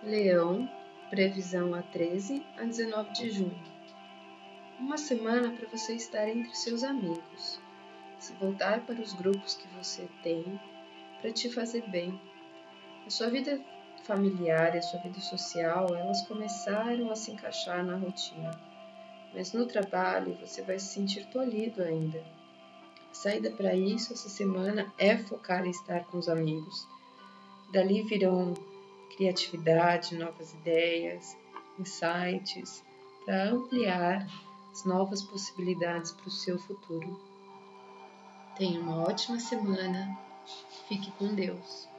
Leão, previsão a 13 a 19 de junho. Uma semana para você estar entre seus amigos, se voltar para os grupos que você tem para te fazer bem. A sua vida familiar e a sua vida social, elas começaram a se encaixar na rotina, mas no trabalho você vai se sentir tolhido ainda. A saída para isso essa semana é focar em estar com os amigos. Dali virão criatividade, novas ideias, insights, para ampliar as novas possibilidades para o seu futuro. Tenha uma ótima semana. Fique com Deus.